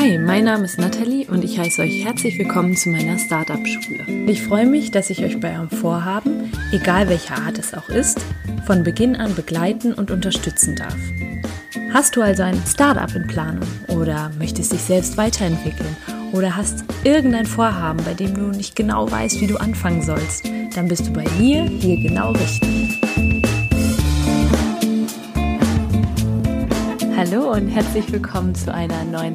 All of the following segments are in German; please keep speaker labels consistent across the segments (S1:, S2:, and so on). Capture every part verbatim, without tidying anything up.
S1: Hi, mein Name ist Nathalie und ich heiße euch herzlich willkommen zu meiner Startup-Schule. Ich freue mich, dass ich euch bei eurem Vorhaben, egal welcher Art es auch ist, von Beginn an begleiten und unterstützen darf. Hast du also ein Startup in Planung oder möchtest dich selbst weiterentwickeln oder hast irgendein Vorhaben, bei dem du nicht genau weißt, wie du anfangen sollst, dann bist du bei mir hier genau richtig. Hallo und herzlich willkommen zu einer neuen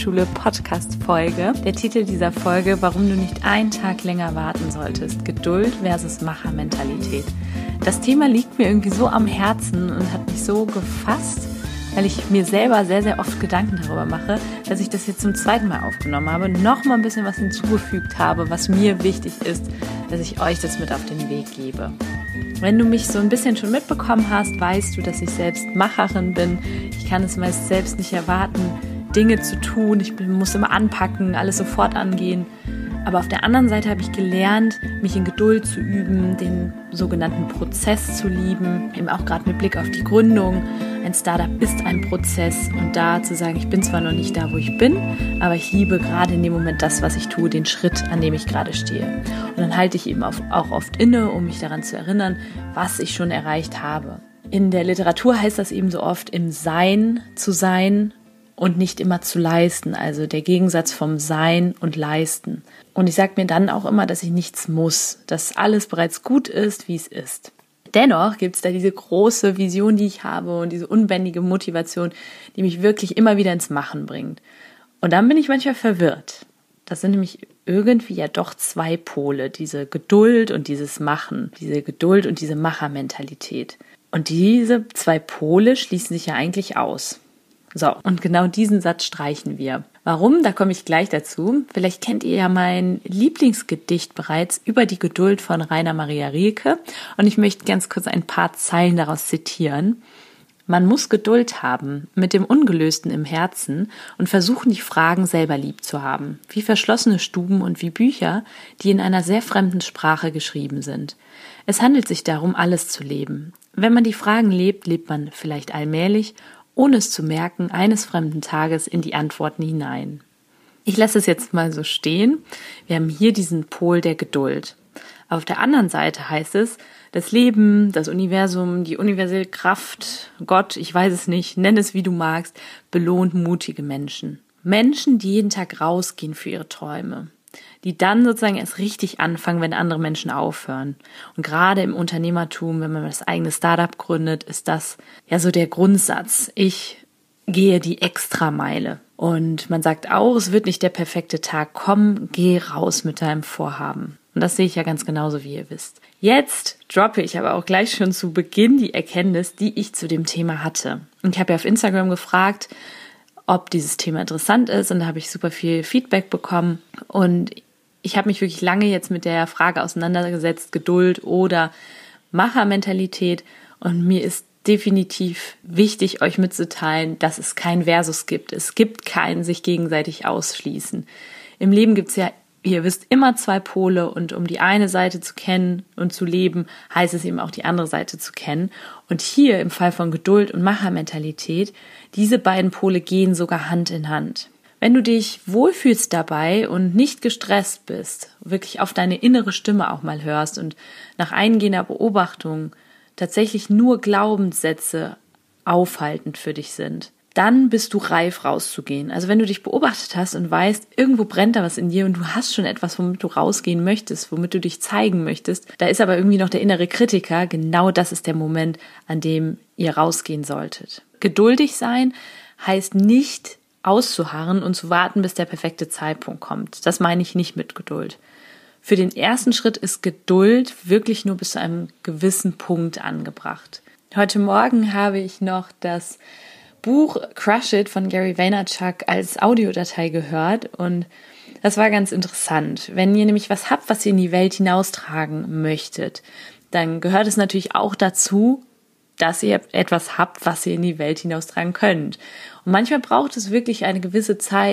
S1: Startup-Schule-Podcast-Folge. Der Titel dieser Folge: Warum du nicht einen Tag länger warten solltest. Geduld versus Machermentalität. Das Thema liegt mir irgendwie so am Herzen und hat mich so gefasst, weil ich mir selber sehr, sehr oft Gedanken darüber mache, dass ich das jetzt zum zweiten Mal aufgenommen habe, noch mal ein bisschen was hinzugefügt habe, was mir wichtig ist, dass ich euch das mit auf den Weg gebe. Wenn du mich so ein bisschen schon mitbekommen hast, weißt du, dass ich selbst Macherin bin. Ich kann es meist selbst nicht erwarten, Dinge zu tun. Ich muss immer anpacken, alles sofort angehen. Aber auf der anderen Seite habe ich gelernt, mich in Geduld zu üben, den sogenannten Prozess zu lieben, eben auch gerade mit Blick auf die Gründung. Ein Startup ist ein Prozess und da zu sagen, ich bin zwar noch nicht da, wo ich bin, aber ich liebe gerade in dem Moment das, was ich tue, den Schritt, an dem ich gerade stehe. Und dann halte ich eben auch oft inne, um mich daran zu erinnern, was ich schon erreicht habe. In der Literatur heißt das eben so oft, im Sein zu sein und nicht immer zu leisten, also der Gegensatz vom Sein und Leisten. Und ich sage mir dann auch immer, dass ich nichts muss, dass alles bereits gut ist, wie es ist. Dennoch gibt es da diese große Vision, die ich habe und diese unbändige Motivation, die mich wirklich immer wieder ins Machen bringt. Und dann bin ich manchmal verwirrt. Das sind nämlich irgendwie ja doch zwei Pole, diese Geduld und dieses Machen, diese Geduld und diese Machermentalität. Und diese zwei Pole schließen sich ja eigentlich aus. So, und genau diesen Satz streichen wir. Warum? Da komme ich gleich dazu. Vielleicht kennt ihr ja mein Lieblingsgedicht bereits, Über die Geduld von Rainer Maria Rilke. Und ich möchte ganz kurz ein paar Zeilen daraus zitieren. Man muss Geduld haben mit dem Ungelösten im Herzen und versuchen, die Fragen selber lieb zu haben. Wie verschlossene Stuben und wie Bücher, die in einer sehr fremden Sprache geschrieben sind. Es handelt sich darum, alles zu leben. Wenn man die Fragen lebt, lebt man vielleicht allmählich, ohne es zu merken, eines fremden Tages in die Antworten hinein. Ich lasse es jetzt mal so stehen. Wir haben hier diesen Pol der Geduld. Auf der anderen Seite heißt es, das Leben, das Universum, die universelle Kraft, Gott, ich weiß es nicht, nenn es wie du magst, belohnt mutige Menschen. Menschen, die jeden Tag rausgehen für ihre Träume. Die dann sozusagen erst richtig anfangen, wenn andere Menschen aufhören. Und gerade im Unternehmertum, wenn man das eigene Startup gründet, ist das ja so der Grundsatz. Ich gehe die Extrameile. Und man sagt auch, es wird nicht der perfekte Tag kommen, geh raus mit deinem Vorhaben. Und das sehe ich ja ganz genauso, wie ihr wisst. Jetzt droppe ich aber auch gleich schon zu Beginn die Erkenntnis, die ich zu dem Thema hatte. Und ich habe ja auf Instagram gefragt, ob dieses Thema interessant ist, und da habe ich super viel Feedback bekommen und ich habe mich wirklich lange jetzt mit der Frage auseinandergesetzt, Geduld oder Machermentalität, und mir ist definitiv wichtig, euch mitzuteilen, dass es kein Versus gibt. Es gibt kein sich gegenseitig ausschließen. Im Leben gibt es ja, wie ihr wisst, immer zwei Pole, und um die eine Seite zu kennen und zu leben, heißt es eben auch die andere Seite zu kennen. Und hier im Fall von Geduld und Machermentalität, diese beiden Pole gehen sogar Hand in Hand. Wenn du dich wohlfühlst dabei und nicht gestresst bist, wirklich auf deine innere Stimme auch mal hörst und nach eingehender Beobachtung tatsächlich nur Glaubenssätze aufhaltend für dich sind, dann bist du reif rauszugehen. Also wenn du dich beobachtet hast und weißt, irgendwo brennt da was in dir und du hast schon etwas, womit du rausgehen möchtest, womit du dich zeigen möchtest, da ist aber irgendwie noch der innere Kritiker, genau das ist der Moment, an dem ihr rausgehen solltet. Geduldig sein heißt nicht auszuharren und zu warten, bis der perfekte Zeitpunkt kommt. Das meine ich nicht mit Geduld. Für den ersten Schritt ist Geduld wirklich nur bis zu einem gewissen Punkt angebracht. Heute Morgen habe ich noch das Buch Crush It von Gary Vaynerchuk als Audiodatei gehört, und das war ganz interessant. Wenn ihr nämlich was habt, was ihr in die Welt hinaustragen möchtet, dann gehört es natürlich auch dazu, dass ihr etwas habt, was ihr in die Welt hinaustragen könnt. Und manchmal braucht es wirklich eine gewisse Zeit,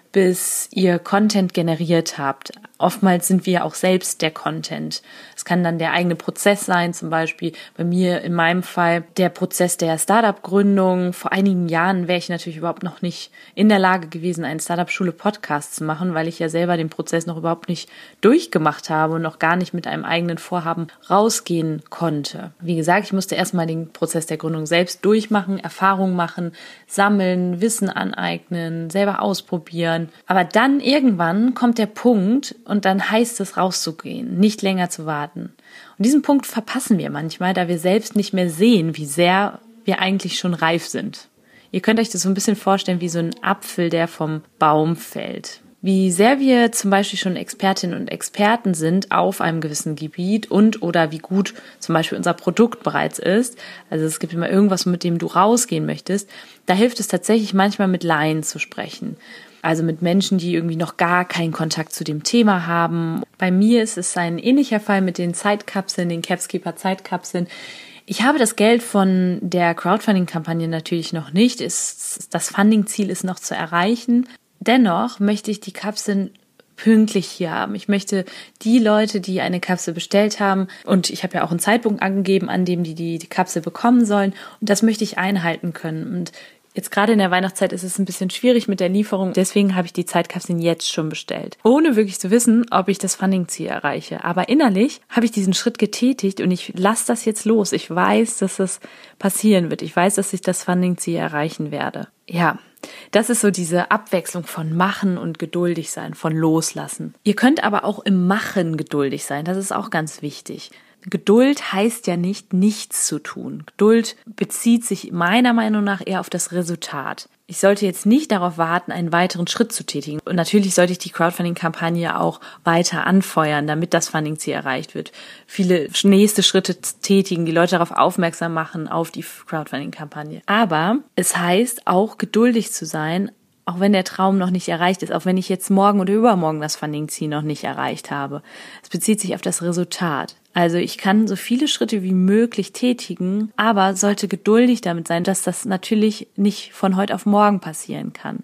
S1: bis ihr Content generiert habt. Oftmals sind wir auch selbst der Content. Es kann dann der eigene Prozess sein, zum Beispiel bei mir in meinem Fall der Prozess der Startup-Gründung. Vor einigen Jahren wäre ich natürlich überhaupt noch nicht in der Lage gewesen, einen Startup-Schule-Podcast zu machen, weil ich ja selber den Prozess noch überhaupt nicht durchgemacht habe und noch gar nicht mit einem eigenen Vorhaben rausgehen konnte. Wie gesagt, ich musste erstmal den Prozess der Gründung selbst durchmachen, Erfahrungen machen, sammeln, Wissen aneignen, selber ausprobieren. Aber dann irgendwann kommt der Punkt, und dann heißt es, rauszugehen, nicht länger zu warten. Und diesen Punkt verpassen wir manchmal, da wir selbst nicht mehr sehen, wie sehr wir eigentlich schon reif sind. Ihr könnt euch das so ein bisschen vorstellen wie so ein Apfel, der vom Baum fällt. Wie sehr wir zum Beispiel schon Expertinnen und Experten sind auf einem gewissen Gebiet und oder wie gut zum Beispiel unser Produkt bereits ist. Also es gibt immer irgendwas, mit dem du rausgehen möchtest. Da hilft es tatsächlich manchmal mit Laien zu sprechen. Also mit Menschen, die irgendwie noch gar keinen Kontakt zu dem Thema haben. Bei mir ist es ein ähnlicher Fall mit den Zeitkapseln, den Capskeeper Zeitkapseln. Ich habe das Geld von der Crowdfunding-Kampagne natürlich noch nicht. Das Funding-Ziel ist noch zu erreichen. Dennoch möchte ich die Kapseln pünktlich hier haben. Ich möchte die Leute, die eine Kapsel bestellt haben, und ich habe ja auch einen Zeitpunkt angegeben, an dem die die, die Kapsel bekommen sollen, und das möchte ich einhalten können. Und jetzt gerade in der Weihnachtszeit ist es ein bisschen schwierig mit der Lieferung, deswegen habe ich die Zeitkapseln jetzt schon bestellt, ohne wirklich zu wissen, ob ich das Funding-Ziel erreiche. Aber innerlich habe ich diesen Schritt getätigt und ich lasse das jetzt los. Ich weiß, dass das passieren wird. Ich weiß, dass ich das Funding-Ziel erreichen werde. Ja, das ist so diese Abwechslung von Machen und geduldig sein, von Loslassen. Ihr könnt aber auch im Machen geduldig sein. Das ist auch ganz wichtig. Geduld heißt ja nicht, nichts zu tun. Geduld bezieht sich meiner Meinung nach eher auf das Resultat. Ich sollte jetzt nicht darauf warten, einen weiteren Schritt zu tätigen. Und natürlich sollte ich die Crowdfunding-Kampagne auch weiter anfeuern, damit das Funding-Ziel erreicht wird. Viele nächste Schritte tätigen, die Leute darauf aufmerksam machen, auf die Crowdfunding-Kampagne. Aber es heißt auch, geduldig zu sein, auch wenn der Traum noch nicht erreicht ist, auch wenn ich jetzt morgen oder übermorgen das Funding-Ziel noch nicht erreicht habe. Es bezieht sich auf das Resultat. Also ich kann so viele Schritte wie möglich tätigen, aber sollte geduldig damit sein, dass das natürlich nicht von heute auf morgen passieren kann.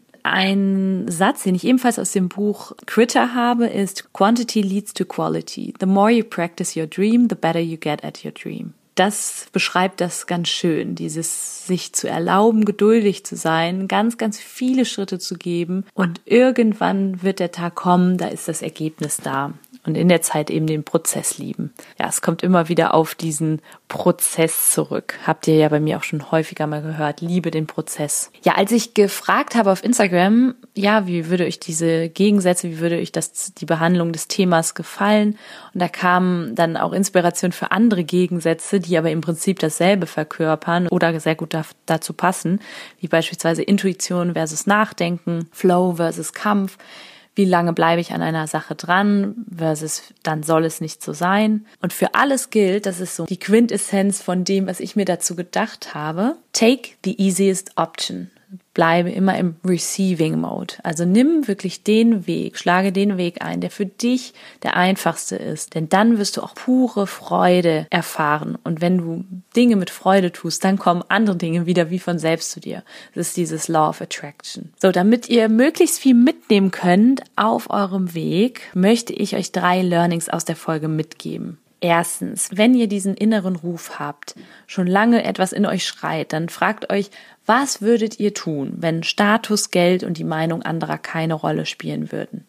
S1: Ein Satz, den ich ebenfalls aus dem Buch Critter habe, ist Quantity leads to quality. The more you practice your dream, the better you get at your dream. Das beschreibt das ganz schön, dieses sich zu erlauben, geduldig zu sein, ganz, ganz viele Schritte zu geben und irgendwann wird der Tag kommen, da ist das Ergebnis da. Und in der Zeit eben den Prozess lieben. Ja, es kommt immer wieder auf diesen Prozess zurück. Habt ihr ja bei mir auch schon häufiger mal gehört. Liebe den Prozess. Ja, als ich gefragt habe auf Instagram, ja, wie würde euch diese Gegensätze, wie würde euch das, die Behandlung des Themas gefallen? Und da kam dann auch Inspiration für andere Gegensätze, die aber im Prinzip dasselbe verkörpern oder sehr gut da, dazu passen, wie beispielsweise Intuition versus Nachdenken, Flow versus Kampf. Wie lange bleibe ich an einer Sache dran versus dann soll es nicht so sein. Und für alles gilt, das ist so die Quintessenz von dem, was ich mir dazu gedacht habe. Take the easiest option. Bleibe immer im Receiving Mode. Also nimm wirklich den Weg, schlage den Weg ein, der für dich der einfachste ist. Denn dann wirst du auch pure Freude erfahren. Und wenn du Dinge mit Freude tust, dann kommen andere Dinge wieder wie von selbst zu dir. Das ist dieses Law of Attraction. So, damit ihr möglichst viel mitnehmen könnt auf eurem Weg, möchte ich euch drei Learnings aus der Folge mitgeben. Erstens, wenn ihr diesen inneren Ruf habt, schon lange etwas in euch schreit, dann fragt euch, was würdet ihr tun, wenn Status, Geld und die Meinung anderer keine Rolle spielen würden?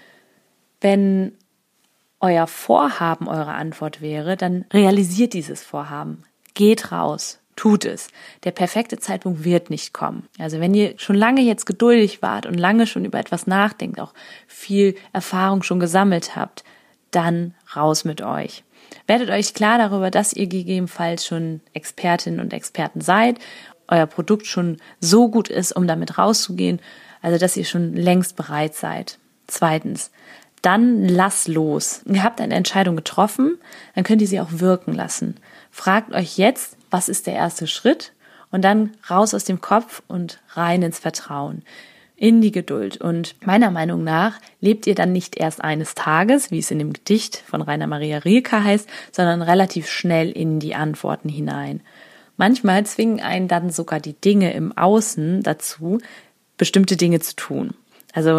S1: Wenn euer Vorhaben eure Antwort wäre, dann realisiert dieses Vorhaben. Geht raus, tut es. Der perfekte Zeitpunkt wird nicht kommen. Also wenn ihr schon lange jetzt geduldig wart und lange schon über etwas nachdenkt, auch viel Erfahrung schon gesammelt habt, dann raus mit euch. Werdet euch klar darüber, dass ihr gegebenenfalls schon Expertinnen und Experten seid, euer Produkt schon so gut ist, um damit rauszugehen, also dass ihr schon längst bereit seid. Zweitens, dann lasst los. Ihr habt eine Entscheidung getroffen, dann könnt ihr sie auch wirken lassen. Fragt euch jetzt, was ist der erste Schritt? Und dann raus aus dem Kopf und rein ins Vertrauen, in die Geduld. Und meiner Meinung nach lebt ihr dann nicht erst eines Tages, wie es in dem Gedicht von Rainer Maria Rilke heißt, sondern relativ schnell in die Antworten hinein. Manchmal zwingen einen dann sogar die Dinge im Außen dazu, bestimmte Dinge zu tun. Also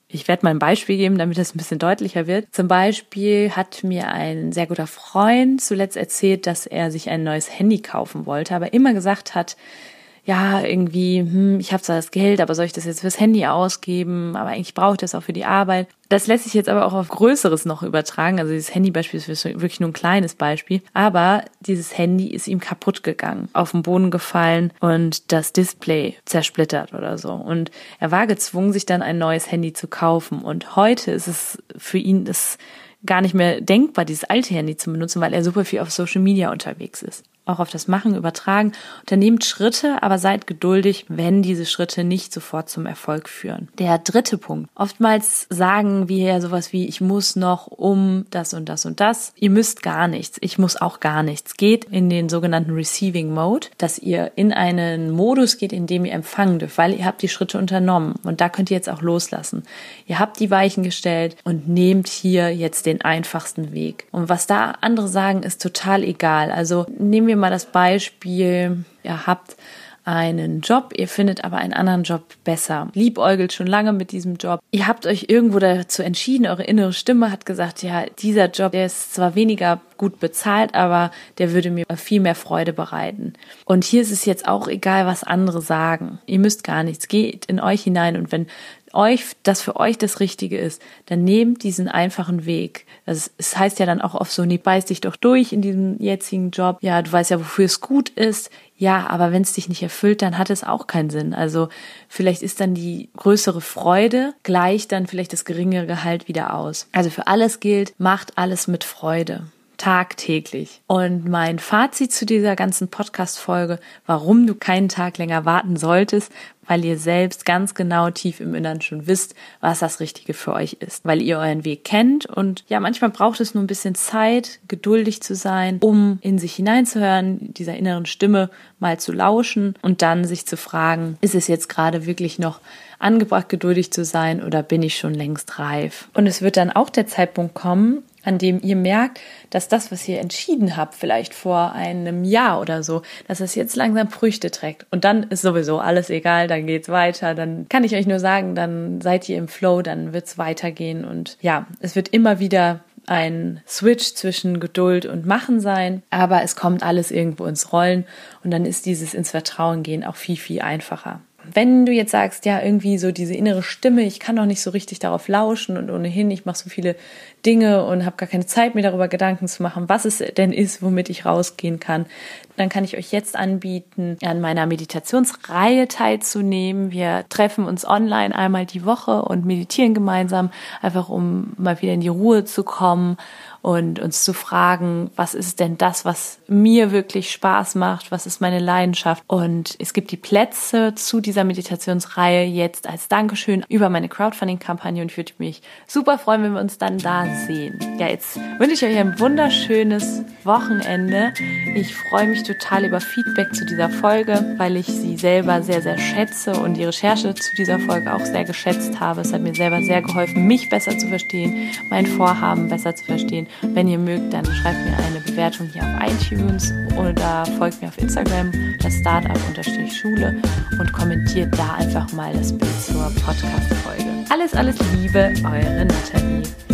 S1: Ich werde mal ein Beispiel geben, damit das ein bisschen deutlicher wird. Zum Beispiel hat mir ein sehr guter Freund zuletzt erzählt, dass er sich ein neues Handy kaufen wollte, aber immer gesagt hat, ja, irgendwie, hm, ich habe zwar das Geld, aber soll ich das jetzt fürs Handy ausgeben? Aber eigentlich brauche ich das auch für die Arbeit. Das lässt sich jetzt aber auch auf Größeres noch übertragen. Also dieses Handybeispiel ist wirklich nur ein kleines Beispiel. Aber dieses Handy ist ihm kaputt gegangen, auf den Boden gefallen und das Display zersplittert oder so. Und er war gezwungen, sich dann ein neues Handy zu kaufen. Und heute ist es für ihn das gar nicht mehr denkbar, dieses alte Handy zu benutzen, weil er super viel auf Social Media unterwegs ist. Auch auf das Machen übertragen. Unternehmt Schritte, aber seid geduldig, wenn diese Schritte nicht sofort zum Erfolg führen. Der dritte Punkt. Oftmals sagen wir ja sowas wie, ich muss noch um das und das und das. Ihr müsst gar nichts. Ich muss auch gar nichts. Geht in den sogenannten Receiving Mode, dass ihr in einen Modus geht, in dem ihr empfangen dürft, weil ihr habt die Schritte unternommen. Und da könnt ihr jetzt auch loslassen. Ihr habt die Weichen gestellt und nehmt hier jetzt den einfachsten Weg. Und was da andere sagen, ist total egal. Also nehmen wir mal das Beispiel, ihr habt einen Job, ihr findet aber einen anderen Job besser. Liebäugelt schon lange mit diesem Job. Ihr habt euch irgendwo dazu entschieden, eure innere Stimme hat gesagt, ja, dieser Job, der ist zwar weniger gut bezahlt, aber der würde mir viel mehr Freude bereiten. Und hier ist es jetzt auch egal, was andere sagen. Ihr müsst gar nichts. Geht in euch hinein und wenn euch das für euch das Richtige ist, dann nehmt diesen einfachen Weg. Das, das heißt ja dann auch oft so, nee, beiß dich doch durch in diesem jetzigen Job. Ja, du weißt ja, wofür es gut ist. Ja, aber wenn es dich nicht erfüllt, dann hat es auch keinen Sinn. Also vielleicht ist dann die größere Freude gleich dann vielleicht das geringere Gehalt wieder aus. Also für alles gilt, macht alles mit Freude. Tagtäglich. Und mein Fazit zu dieser ganzen Podcast-Folge, warum du keinen Tag länger warten solltest, weil ihr selbst ganz genau tief im Innern schon wisst, was das Richtige für euch ist. Weil ihr euren Weg kennt und ja, manchmal braucht es nur ein bisschen Zeit, geduldig zu sein, um in sich hineinzuhören, dieser inneren Stimme mal zu lauschen und dann sich zu fragen, ist es jetzt gerade wirklich noch angebracht, geduldig zu sein oder bin ich schon längst reif? Und es wird dann auch der Zeitpunkt kommen, an dem ihr merkt, dass das, was ihr entschieden habt, vielleicht vor einem Jahr oder so, dass es jetzt langsam Früchte trägt. Und dann ist sowieso alles egal, dann geht's weiter. Dann kann ich euch nur sagen, dann seid ihr im Flow, dann wird's weitergehen. Und ja, es wird immer wieder ein Switch zwischen Geduld und Machen sein, aber es kommt alles irgendwo ins Rollen und dann ist dieses ins Vertrauen gehen auch viel, viel einfacher. Wenn du jetzt sagst, ja, irgendwie so diese innere Stimme, ich kann doch nicht so richtig darauf lauschen und ohnehin, ich mache so viele Dinge und habe gar keine Zeit, mir darüber Gedanken zu machen, was es denn ist, womit ich rausgehen kann, dann kann ich euch jetzt anbieten, an meiner Meditationsreihe teilzunehmen. Wir treffen uns online einmal die Woche und meditieren gemeinsam, einfach um mal wieder in die Ruhe zu kommen und uns zu fragen, was ist denn das, was mir wirklich Spaß macht, was ist meine Leidenschaft. Und es gibt die Plätze zu dieser Meditationsreihe jetzt als Dankeschön über meine Crowdfunding-Kampagne und ich würde mich super freuen, wenn wir uns dann da sehen. Ja, jetzt wünsche ich euch ein wunderschönes Wochenende. Ich freue mich total über Feedback zu dieser Folge, weil ich sie selber sehr, sehr schätze und die Recherche zu dieser Folge auch sehr geschätzt habe. Es hat mir selber sehr geholfen, mich besser zu verstehen, mein Vorhaben besser zu verstehen. Wenn ihr mögt, dann schreibt mir eine Bewertung hier auf iTunes oder folgt mir auf Instagram, das Startup-Schule und kommentiert da einfach mal das Bild zur Podcast-Folge. Alles, alles Liebe, eure Nathalie.